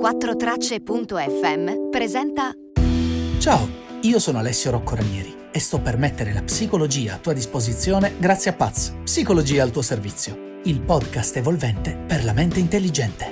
4Tracce.fm presenta. Ciao, io sono Alessio Rocco Ranieri e sto per mettere la psicologia a tua disposizione grazie a Paz, Psicologia al tuo servizio, il podcast evolvente per la mente intelligente.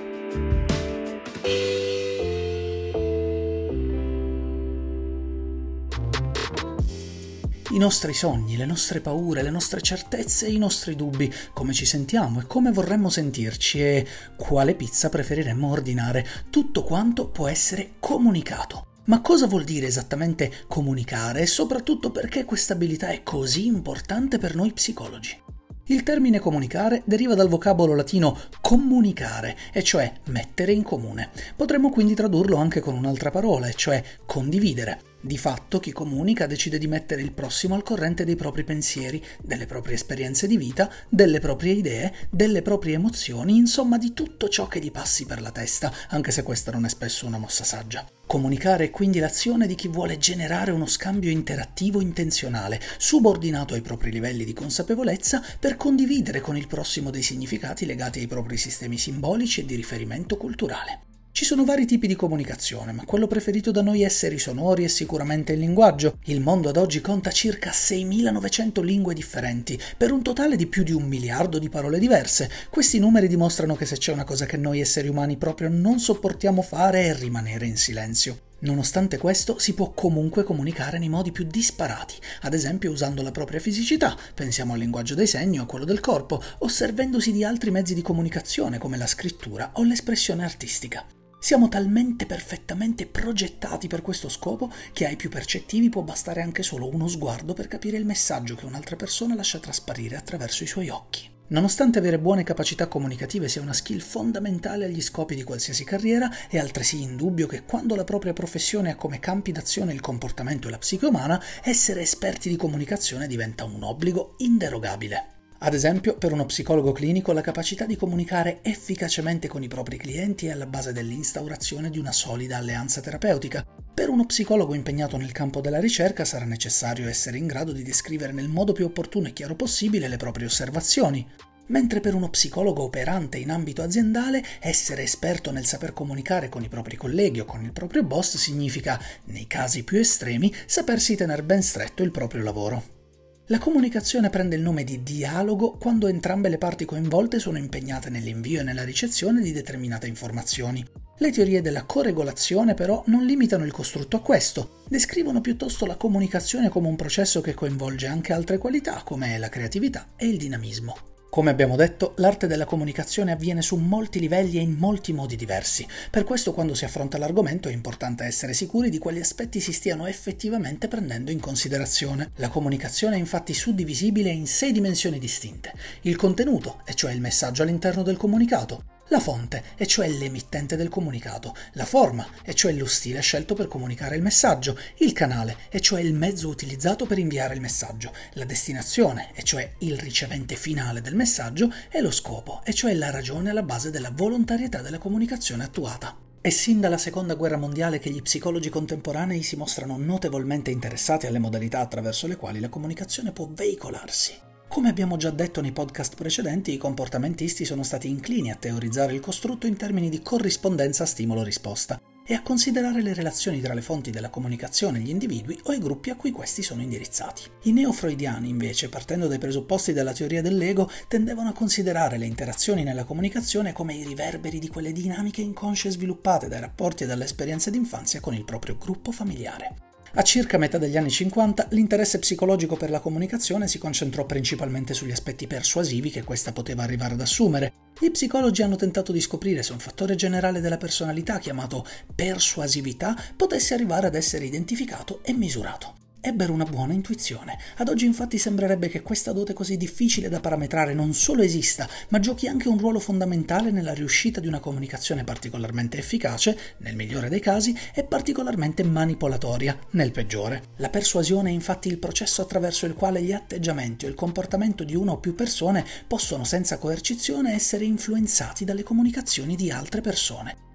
I nostri sogni, le nostre paure, le nostre certezze e i nostri dubbi, come ci sentiamo e come vorremmo sentirci e quale pizza preferiremmo ordinare, tutto quanto può essere comunicato. Ma cosa vuol dire esattamente comunicare e soprattutto perché questa abilità è così importante per noi psicologi? Il termine comunicare deriva dal vocabolo latino comunicare, e cioè mettere in comune. Potremmo quindi tradurlo anche con un'altra parola, e cioè condividere. Di fatto chi comunica decide di mettere il prossimo al corrente dei propri pensieri, delle proprie esperienze di vita, delle proprie idee, delle proprie emozioni, insomma di tutto ciò che gli passi per la testa, anche se questa non è spesso una mossa saggia. Comunicare è quindi l'azione di chi vuole generare uno scambio interattivo intenzionale, subordinato ai propri livelli di consapevolezza, per condividere con il prossimo dei significati legati ai propri sistemi simbolici e di riferimento culturale. Ci sono vari tipi di comunicazione, ma quello preferito da noi esseri sonori è sicuramente il linguaggio. Il mondo ad oggi conta circa 6.900 lingue differenti, per un totale di più di 1 miliardo di parole diverse. Questi numeri dimostrano che se c'è una cosa che noi esseri umani proprio non sopportiamo fare è rimanere in silenzio. Nonostante questo, si può comunque comunicare nei modi più disparati, ad esempio usando la propria fisicità, pensiamo al linguaggio dei segni o a quello del corpo, o servendosi di altri mezzi di comunicazione come la scrittura o l'espressione artistica. Siamo talmente perfettamente progettati per questo scopo che ai più percettivi può bastare anche solo uno sguardo per capire il messaggio che un'altra persona lascia trasparire attraverso i suoi occhi. Nonostante avere buone capacità comunicative sia una skill fondamentale agli scopi di qualsiasi carriera, è altresì indubbio che quando la propria professione ha come campi d'azione il comportamento e la psiche umana, essere esperti di comunicazione diventa un obbligo inderogabile. Ad esempio, per uno psicologo clinico la capacità di comunicare efficacemente con i propri clienti è alla base dell'instaurazione di una solida alleanza terapeutica. Per uno psicologo impegnato nel campo della ricerca sarà necessario essere in grado di descrivere nel modo più opportuno e chiaro possibile le proprie osservazioni. Mentre per uno psicologo operante in ambito aziendale, essere esperto nel saper comunicare con i propri colleghi o con il proprio boss significa, nei casi più estremi, sapersi tener ben stretto il proprio lavoro. La comunicazione prende il nome di dialogo quando entrambe le parti coinvolte sono impegnate nell'invio e nella ricezione di determinate informazioni. Le teorie della coregolazione però non limitano il costrutto a questo, descrivono piuttosto la comunicazione come un processo che coinvolge anche altre qualità come la creatività e il dinamismo. Come abbiamo detto, l'arte della comunicazione avviene su molti livelli e in molti modi diversi. Per questo quando si affronta l'argomento è importante essere sicuri di quali aspetti si stiano effettivamente prendendo in considerazione. La comunicazione è infatti suddivisibile in 6 dimensioni distinte. Il contenuto, e cioè il messaggio all'interno del comunicato. La fonte, e cioè l'emittente del comunicato, la forma, e cioè lo stile scelto per comunicare il messaggio, il canale, e cioè il mezzo utilizzato per inviare il messaggio, la destinazione, e cioè il ricevente finale del messaggio, e lo scopo, e cioè la ragione alla base della volontarietà della comunicazione attuata. È sin dalla Seconda Guerra Mondiale che gli psicologi contemporanei si mostrano notevolmente interessati alle modalità attraverso le quali la comunicazione può veicolarsi. Come abbiamo già detto nei podcast precedenti, i comportamentisti sono stati inclini a teorizzare il costrutto in termini di corrispondenza stimolo-risposta e a considerare le relazioni tra le fonti della comunicazione e gli individui o i gruppi a cui questi sono indirizzati. I neofreudiani, invece, partendo dai presupposti della teoria dell'ego, tendevano a considerare le interazioni nella comunicazione come i riverberi di quelle dinamiche inconsce sviluppate dai rapporti e dalle esperienze d'infanzia con il proprio gruppo familiare. A circa metà degli anni 50, l'interesse psicologico per la comunicazione si concentrò principalmente sugli aspetti persuasivi che questa poteva arrivare ad assumere. Gli psicologi hanno tentato di scoprire se un fattore generale della personalità chiamato persuasività potesse arrivare ad essere identificato e misurato. Ebbero una buona intuizione. Ad oggi infatti sembrerebbe che questa dote così difficile da parametrare non solo esista, ma giochi anche un ruolo fondamentale nella riuscita di una comunicazione particolarmente efficace, nel migliore dei casi, e particolarmente manipolatoria, nel peggiore. La persuasione è infatti il processo attraverso il quale gli atteggiamenti o il comportamento di una o più persone possono senza coercizione essere influenzati dalle comunicazioni di altre persone.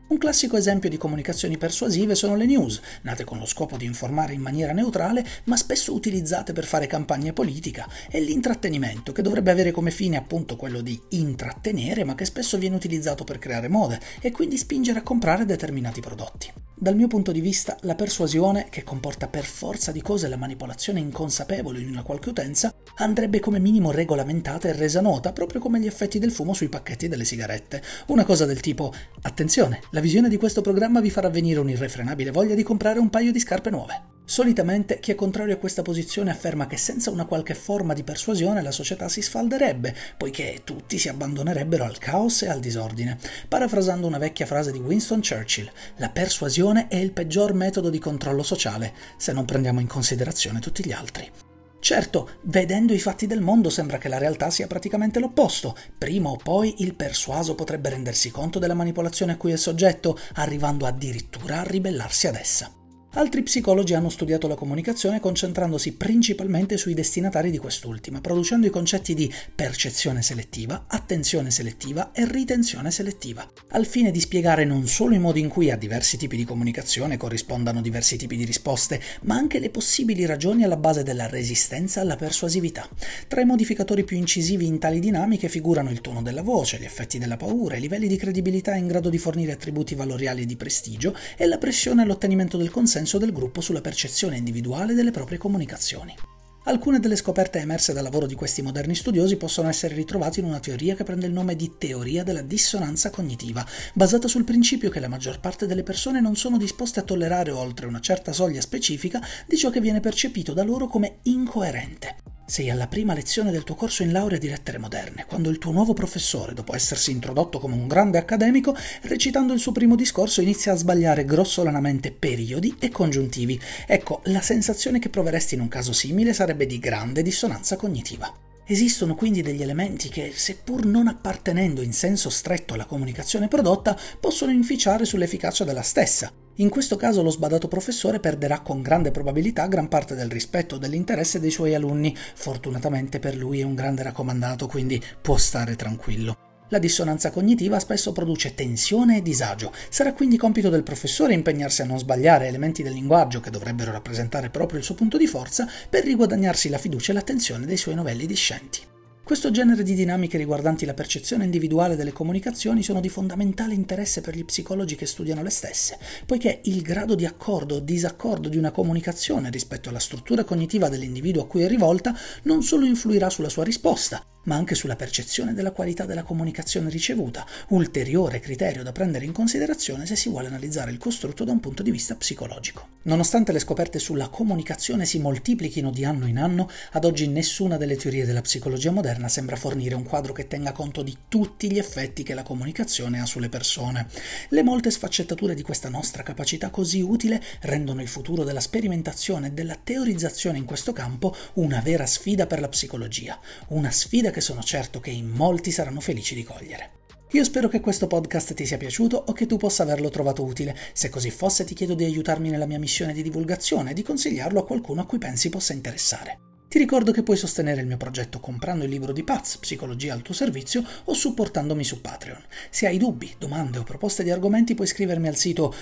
Un classico esempio di comunicazioni persuasive sono le news, nate con lo scopo di informare in maniera neutrale, ma spesso utilizzate per fare campagna politica, e l'intrattenimento, che dovrebbe avere come fine appunto quello di intrattenere, ma che spesso viene utilizzato per creare mode e quindi spingere a comprare determinati prodotti. Dal mio punto di vista, la persuasione, che comporta per forza di cose la manipolazione inconsapevole di una qualche utenza, andrebbe come minimo regolamentata e resa nota, proprio come gli effetti del fumo sui pacchetti delle sigarette. Una cosa del tipo: attenzione, la visione di questo programma vi farà venire un'irrefrenabile voglia di comprare un paio di scarpe nuove. Solitamente chi è contrario a questa posizione afferma che senza una qualche forma di persuasione la società si sfalderebbe, poiché tutti si abbandonerebbero al caos e al disordine. Parafrasando una vecchia frase di Winston Churchill, la persuasione è il peggior metodo di controllo sociale, se non prendiamo in considerazione tutti gli altri. Certo, vedendo i fatti del mondo sembra che la realtà sia praticamente l'opposto. Prima o poi il persuaso potrebbe rendersi conto della manipolazione a cui è soggetto, arrivando addirittura a ribellarsi ad essa. Altri psicologi hanno studiato la comunicazione concentrandosi principalmente sui destinatari di quest'ultima, producendo i concetti di percezione selettiva, attenzione selettiva e ritenzione selettiva, al fine di spiegare non solo i modi in cui a diversi tipi di comunicazione corrispondano diversi tipi di risposte, ma anche le possibili ragioni alla base della resistenza alla persuasività. Tra i modificatori più incisivi in tali dinamiche figurano il tono della voce, gli effetti della paura, i livelli di credibilità in grado di fornire attributi valoriali e di prestigio e la pressione all'ottenimento del consenso del gruppo sulla percezione individuale delle proprie comunicazioni. Alcune delle scoperte emerse dal lavoro di questi moderni studiosi possono essere ritrovate in una teoria che prende il nome di teoria della dissonanza cognitiva, basata sul principio che la maggior parte delle persone non sono disposte a tollerare oltre una certa soglia specifica di ciò che viene percepito da loro come incoerente. Sei alla prima lezione del tuo corso in laurea di lettere moderne, quando il tuo nuovo professore, dopo essersi introdotto come un grande accademico, recitando il suo primo discorso inizia a sbagliare grossolanamente periodi e congiuntivi. Ecco, la sensazione che proveresti in un caso simile sarebbe di grande dissonanza cognitiva. Esistono quindi degli elementi che, seppur non appartenendo in senso stretto alla comunicazione prodotta, possono inficiare sull'efficacia della stessa. In questo caso lo sbadato professore perderà con grande probabilità gran parte del rispetto e dell'interesse dei suoi alunni. Fortunatamente per lui è un grande raccomandato, quindi può stare tranquillo. La dissonanza cognitiva spesso produce tensione e disagio. Sarà quindi compito del professore impegnarsi a non sbagliare elementi del linguaggio che dovrebbero rappresentare proprio il suo punto di forza per riguadagnarsi la fiducia e l'attenzione dei suoi novelli discenti. Questo genere di dinamiche riguardanti la percezione individuale delle comunicazioni sono di fondamentale interesse per gli psicologi che studiano le stesse, poiché il grado di accordo o disaccordo di una comunicazione rispetto alla struttura cognitiva dell'individuo a cui è rivolta non solo influirà sulla sua risposta, ma anche sulla percezione della qualità della comunicazione ricevuta, ulteriore criterio da prendere in considerazione se si vuole analizzare il costrutto da un punto di vista psicologico. Nonostante le scoperte sulla comunicazione si moltiplichino di anno in anno, ad oggi nessuna delle teorie della psicologia moderna sembra fornire un quadro che tenga conto di tutti gli effetti che la comunicazione ha sulle persone. Le molte sfaccettature di questa nostra capacità così utile rendono il futuro della sperimentazione e della teorizzazione in questo campo una vera sfida per la psicologia, una sfida che sono certo che in molti saranno felici di cogliere. Io spero che questo podcast ti sia piaciuto o che tu possa averlo trovato utile. Se così fosse, ti chiedo di aiutarmi nella mia missione di divulgazione e di consigliarlo a qualcuno a cui pensi possa interessare. Ti ricordo che puoi sostenere il mio progetto comprando il libro di Paz, Psicologia al tuo servizio, o supportandomi su Patreon. Se hai dubbi, domande o proposte di argomenti puoi scrivermi al sito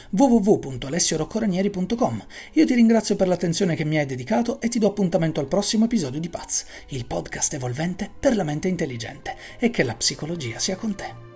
www.alessioroccoranieri.com. Io ti ringrazio per l'attenzione che mi hai dedicato e ti do appuntamento al prossimo episodio di Paz, il podcast evolvente per la mente intelligente, e che la psicologia sia con te.